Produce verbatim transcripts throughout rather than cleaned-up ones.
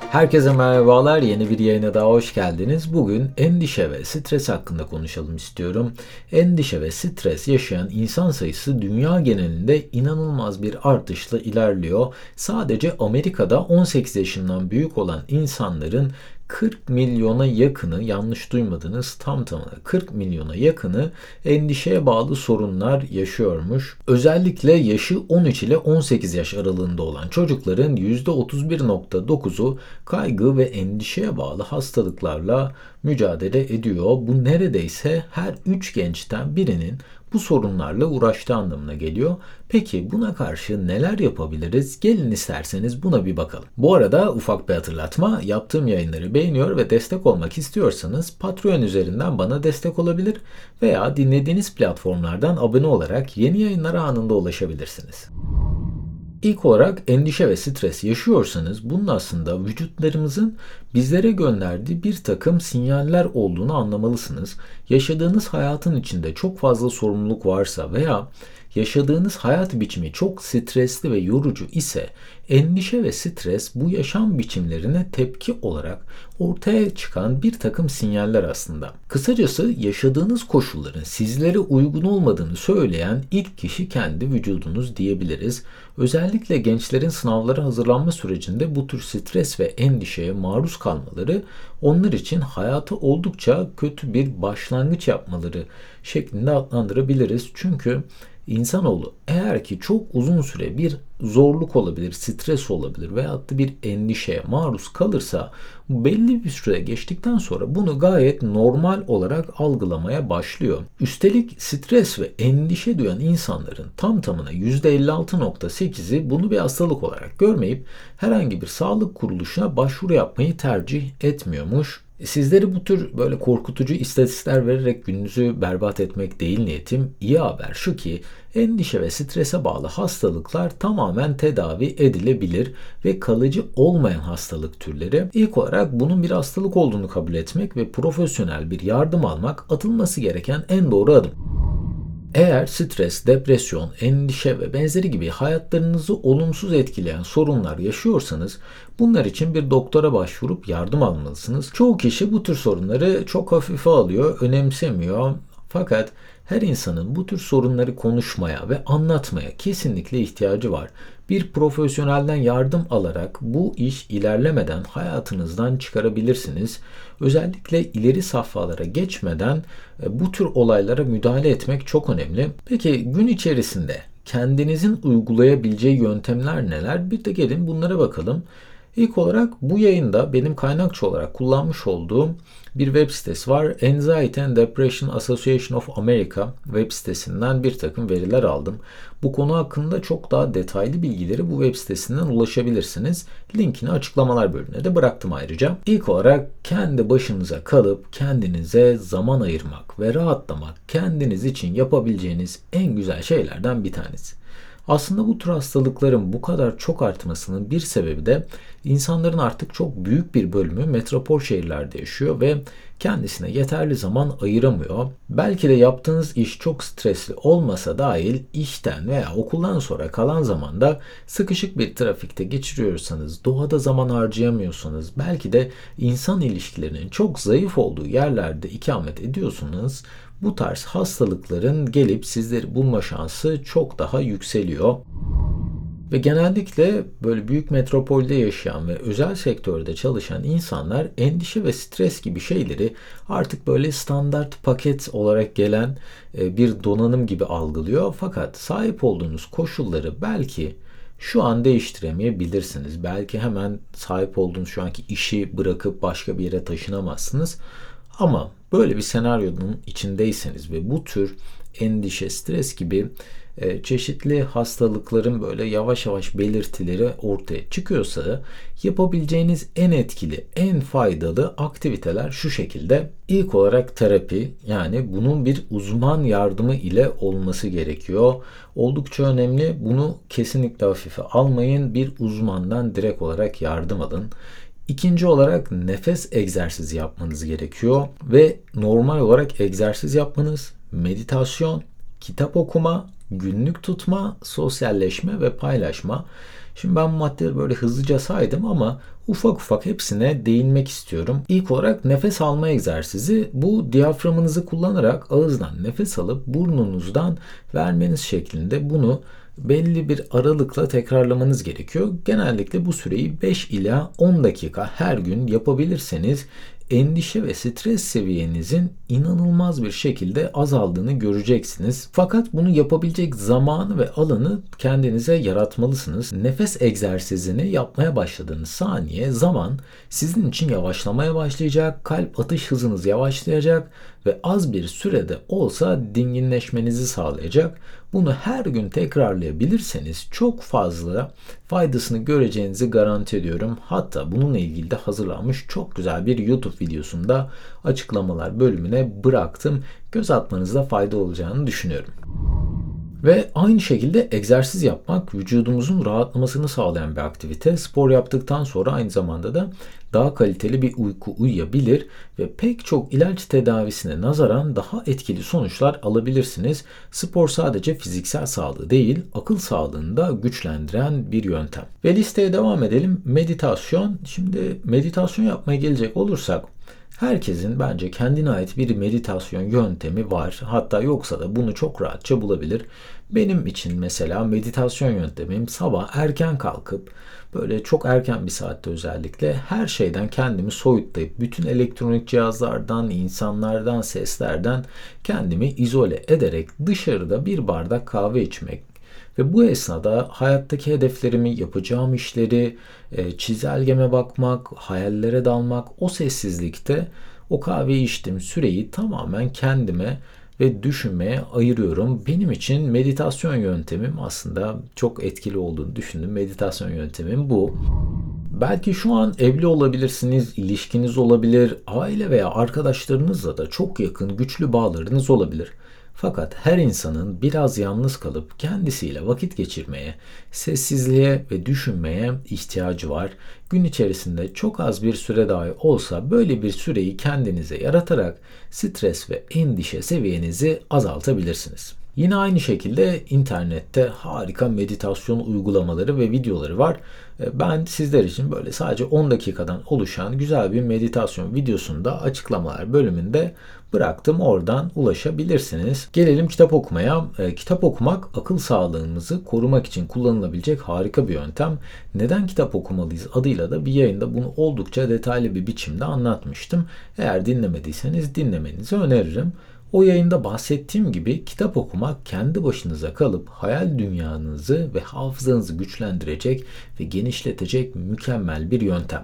Herkese merhabalar, yeni bir yayına daha hoş geldiniz. Bugün endişe ve stres hakkında konuşalım istiyorum. Endişe ve stres yaşayan insan sayısı dünya genelinde inanılmaz bir artışla ilerliyor. Sadece Amerika'da on sekiz yaşından büyük olan insanların kırk milyona yakını, yanlış duymadınız, tam tamına kırk milyona yakını endişeye bağlı sorunlar yaşıyormuş. Özellikle yaşı on üç ile on sekiz yaş aralığında olan çocukların yüzde otuz bir nokta dokuzu kaygı ve endişeye bağlı hastalıklarla mücadele ediyor. Bu neredeyse her üç gençten birinin bu sorunlarla uğraştığı anlamına geliyor. Peki buna karşı neler yapabiliriz? Gelin isterseniz buna bir bakalım. Bu arada ufak bir hatırlatma, yaptığım yayınları beğeniyor ve destek olmak istiyorsanız Patreon üzerinden bana destek olabilir veya dinlediğiniz platformlardan abone olarak yeni yayınlara anında ulaşabilirsiniz. İlk olarak endişe ve stres yaşıyorsanız bunun aslında vücutlarımızın bizlere gönderdiği bir takım sinyaller olduğunu anlamalısınız. Yaşadığınız hayatın içinde çok fazla sorumluluk varsa veya yaşadığınız hayat biçimi çok stresli ve yorucu ise endişe ve stres bu yaşam biçimlerine tepki olarak ortaya çıkan bir takım sinyaller aslında. Kısacası yaşadığınız koşulların sizlere uygun olmadığını söyleyen ilk kişi kendi vücudunuz diyebiliriz. Özellikle gençlerin sınavlara hazırlanma sürecinde bu tür stres ve endişeye maruz kalmaları onlar için hayatı oldukça kötü bir başlangıç yapmaları şeklinde adlandırabiliriz. Çünkü İnsanoğlu eğer ki çok uzun süre bir zorluk olabilir, stres olabilir veyahut da bir endişeye maruz kalırsa belli bir süre geçtikten sonra bunu gayet normal olarak algılamaya başlıyor. Üstelik stres ve endişe duyan insanların tam tamına yüzde elli altı nokta sekizi bunu bir hastalık olarak görmeyip herhangi bir sağlık kuruluşuna başvuru yapmayı tercih etmiyormuş. Sizleri bu tür böyle korkutucu istatistikler vererek gününüzü berbat etmek değil niyetim. İyi haber şu ki endişe ve strese bağlı hastalıklar tamamen tedavi edilebilir ve kalıcı olmayan hastalık türleri. İlk olarak bunun bir hastalık olduğunu kabul etmek ve profesyonel bir yardım almak atılması gereken en doğru adım. Eğer stres, depresyon, endişe ve benzeri gibi hayatlarınızı olumsuz etkileyen sorunlar yaşıyorsanız bunlar için bir doktora başvurup yardım almalısınız. Çoğu kişi bu tür sorunları çok hafife alıyor, önemsemiyor. Fakat her insanın bu tür sorunları konuşmaya ve anlatmaya kesinlikle ihtiyacı var. Bir profesyonelden yardım alarak bu iş ilerlemeden hayatınızdan çıkarabilirsiniz. Özellikle ileri safhalara geçmeden bu tür olaylara müdahale etmek çok önemli. Peki gün içerisinde kendinizin uygulayabileceği yöntemler neler? Bir de gelin bunlara bakalım. İlk olarak bu yayında benim kaynakçı olarak kullanmış olduğum bir web sitesi var. Anxiety and Depression Association of America web sitesinden bir takım veriler aldım. Bu konu hakkında çok daha detaylı bilgileri bu web sitesinden ulaşabilirsiniz. Linkini açıklamalar bölümüne de bıraktım ayrıca. İlk olarak kendi başınıza kalıp kendinize zaman ayırmak ve rahatlamak kendiniz için yapabileceğiniz en güzel şeylerden bir tanesi. Aslında bu tür hastalıkların bu kadar çok artmasının bir sebebi de insanların artık çok büyük bir bölümü metropol şehirlerde yaşıyor ve kendisine yeterli zaman ayıramıyor. Belki de yaptığınız iş çok stresli olmasa dahil işten veya okuldan sonra kalan zamanda sıkışık bir trafikte geçiriyorsanız, doğada zaman harcayamıyorsanız, belki de insan ilişkilerinin çok zayıf olduğu yerlerde ikamet ediyorsunuz. Bu tarz hastalıkların gelip sizleri bulma şansı çok daha yükseliyor. Ve genellikle böyle büyük metropolde yaşayan ve özel sektörde çalışan insanlar endişe ve stres gibi şeyleri artık böyle standart paket olarak gelen bir donanım gibi algılıyor. Fakat sahip olduğunuz koşulları belki şu an değiştiremeyebilirsiniz. Belki hemen sahip olduğunuz şu anki işi bırakıp başka bir yere taşınamazsınız. Ama böyle bir senaryonun içindeyseniz ve bu tür endişe, stres gibi e, çeşitli hastalıkların böyle yavaş yavaş belirtileri ortaya çıkıyorsa yapabileceğiniz en etkili, en faydalı aktiviteler şu şekilde. İlk olarak terapi, yani bunun bir uzman yardımı ile olması gerekiyor. Oldukça önemli. Bunu kesinlikle hafife almayın. Bir uzmandan direkt olarak yardım alın. İkinci olarak nefes egzersizi yapmanız gerekiyor ve normal olarak egzersiz yapmanız, meditasyon, kitap okuma, günlük tutma, sosyalleşme ve paylaşma. Şimdi ben bu maddeleri böyle hızlıca saydım ama ufak ufak hepsine değinmek istiyorum. İlk olarak nefes alma egzersizi. Bu diyaframınızı kullanarak ağızdan nefes alıp burnunuzdan vermeniz şeklinde bunu belli bir aralıkla tekrarlamanız gerekiyor. Genellikle bu süreyi beş ila on dakika her gün yapabilirseniz endişe ve stres seviyenizin inanılmaz bir şekilde azaldığını göreceksiniz. Fakat bunu yapabilecek zamanı ve alanı kendinize yaratmalısınız. Nefes egzersizini yapmaya başladığınız saniye zaman sizin için yavaşlamaya başlayacak, kalp atış hızınız yavaşlayacak ve az bir sürede olsa dinginleşmenizi sağlayacak. Bunu her gün tekrarlayabilirseniz çok fazla faydasını göreceğinizi garanti ediyorum. Hatta bununla ilgili de hazırlanmış çok güzel bir YouTube videosunda açıklamalar bölümüne bıraktım. Göz atmanızda fayda olacağını düşünüyorum. Ve aynı şekilde egzersiz yapmak vücudumuzun rahatlamasını sağlayan bir aktivite. Spor yaptıktan sonra aynı zamanda da daha kaliteli bir uyku uyuyabilir ve pek çok ilaç tedavisine nazaran daha etkili sonuçlar alabilirsiniz. Spor sadece fiziksel sağlığı değil, akıl sağlığını da güçlendiren bir yöntem. Ve listeye devam edelim. Meditasyon. Şimdi meditasyon yapmaya gelecek olursak, herkesin bence kendine ait bir meditasyon yöntemi var. Hatta yoksa da bunu çok rahatça bulabilir. Benim için mesela meditasyon yöntemim sabah erken kalkıp böyle çok erken bir saatte özellikle her şeyden kendimi soyutlayıp bütün elektronik cihazlardan, insanlardan, seslerden kendimi izole ederek dışarıda bir bardak kahve içmek. Ve bu esnada hayattaki hedeflerimi, yapacağım işleri, çizelgeme bakmak, hayallere dalmak, o sessizlikte o kahveyi içtiğim süreyi tamamen kendime ve düşünmeye ayırıyorum. Benim için meditasyon yöntemim aslında çok etkili olduğunu düşündüm. Meditasyon yöntemim bu. Belki şu an evli olabilirsiniz, ilişkiniz olabilir, aile veya arkadaşlarınızla da çok yakın, güçlü bağlarınız olabilir. Fakat her insanın biraz yalnız kalıp kendisiyle vakit geçirmeye, sessizliğe ve düşünmeye ihtiyacı var. Gün içerisinde çok az bir süre dahi olsa böyle bir süreyi kendinize yaratarak stres ve endişe seviyenizi azaltabilirsiniz. Yine aynı şekilde internette harika meditasyon uygulamaları ve videoları var. Ben sizler için böyle sadece on dakikadan oluşan güzel bir meditasyon videosunu da açıklamalar bölümünde bıraktım. Oradan ulaşabilirsiniz. Gelelim kitap okumaya. E, kitap okumak akıl sağlığımızı korumak için kullanılabilecek harika bir yöntem. Neden kitap okumalıyız adıyla da bir yayında bunu oldukça detaylı bir biçimde anlatmıştım. Eğer dinlemediyseniz dinlemenizi öneririm. O yayında bahsettiğim gibi kitap okumak kendi başınıza kalıp hayal dünyanızı ve hafızanızı güçlendirecek ve genişletecek mükemmel bir yöntem.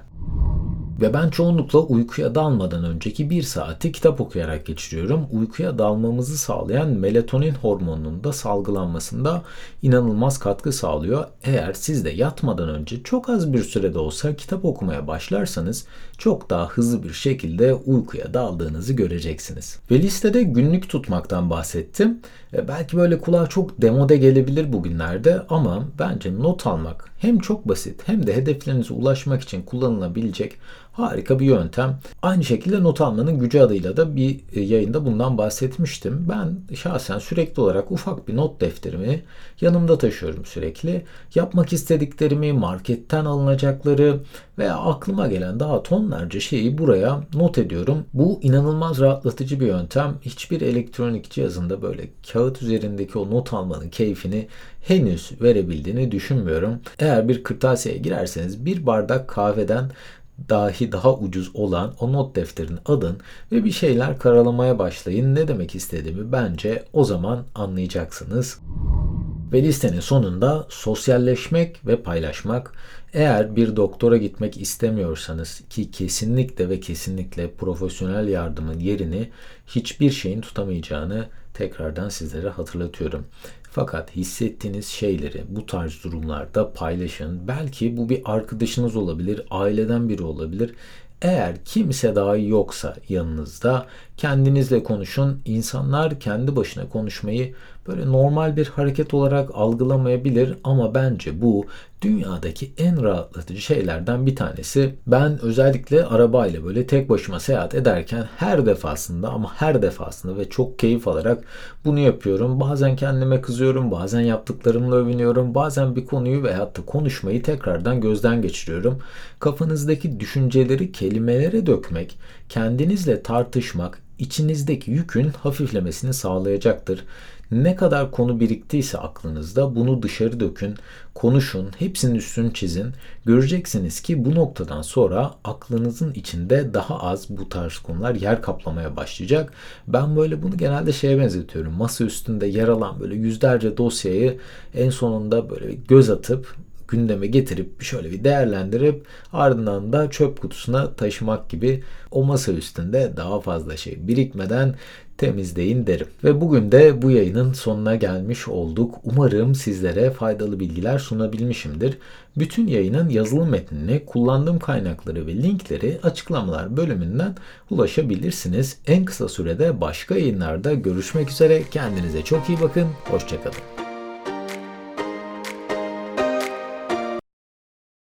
Ve ben çoğunlukla uykuya dalmadan önceki bir saati kitap okuyarak geçiriyorum. Uykuya dalmamızı sağlayan melatonin hormonunun da salgılanmasında inanılmaz katkı sağlıyor. Eğer siz de yatmadan önce çok az bir sürede olsa kitap okumaya başlarsanız çok daha hızlı bir şekilde uykuya daldığınızı göreceksiniz. Ve listede günlük tutmaktan bahsettim. E, belki böyle kulağa çok demode gelebilir bugünlerde ama bence not almak hem çok basit hem de hedeflerinize ulaşmak için kullanılabilecek harika bir yöntem. Aynı şekilde not almanın gücü adıyla da bir yayında bundan bahsetmiştim. Ben şahsen sürekli olarak ufak bir not defterimi yanımda taşıyorum sürekli. Yapmak istediklerimi, marketten alınacakları veya aklıma gelen daha tonlarca şeyi buraya not ediyorum. Bu inanılmaz rahatlatıcı bir yöntem. Hiçbir elektronik cihazında böyle kağıt üzerindeki o not almanın keyfini henüz verebildiğini düşünmüyorum. Eğer bir kırtasiyeye girerseniz bir bardak kahveden dahi daha ucuz olan o not defterini alın ve bir şeyler karalamaya başlayın. Ne demek istediğimi bence o zaman anlayacaksınız. Ve listenin sonunda sosyalleşmek ve paylaşmak. Eğer bir doktora gitmek istemiyorsanız ki kesinlikle ve kesinlikle profesyonel yardımın yerini hiçbir şeyin tutamayacağını tekrardan sizlere hatırlatıyorum. Fakat hissettiğiniz şeyleri bu tarz durumlarda paylaşın. Belki bu bir arkadaşınız olabilir, aileden biri olabilir. Eğer kimse dahi yoksa yanınızda Kendinizle konuşun. İnsanlar kendi başına konuşmayı böyle normal bir hareket olarak algılamayabilir ama bence bu dünyadaki en rahatlatıcı şeylerden bir tanesi. Ben özellikle arabayla böyle tek başıma seyahat ederken her defasında ama her defasında ve çok keyif alarak bunu yapıyorum. Bazen kendime kızıyorum, bazen yaptıklarımla övünüyorum, bazen bir konuyu veyahut da konuşmayı tekrardan gözden geçiriyorum. Kafanızdaki düşünceleri kelimelere dökmek, kendinizle tartışmak, içinizdeki yükün hafiflemesini sağlayacaktır. Ne kadar konu biriktiyse aklınızda bunu dışarı dökün, konuşun, hepsinin üstünü çizin. Göreceksiniz ki bu noktadan sonra aklınızın içinde daha az bu tarz konular yer kaplamaya başlayacak. Ben böyle bunu genelde şeye benzetiyorum. Masa üstünde yer alan böyle yüzlerce dosyayı en sonunda böyle göz atıp gündeme getirip şöyle bir değerlendirip ardından da çöp kutusuna taşımak gibi, o masa üstünde daha fazla şey birikmeden temizleyin derim. Ve bugün de bu yayının sonuna gelmiş olduk. Umarım sizlere faydalı bilgiler sunabilmişimdir. Bütün yayının yazılı metnini, kullandığım kaynakları ve linkleri açıklamalar bölümünden ulaşabilirsiniz. En kısa sürede başka yayınlarda görüşmek üzere. Kendinize çok iyi bakın. Hoşça kalın.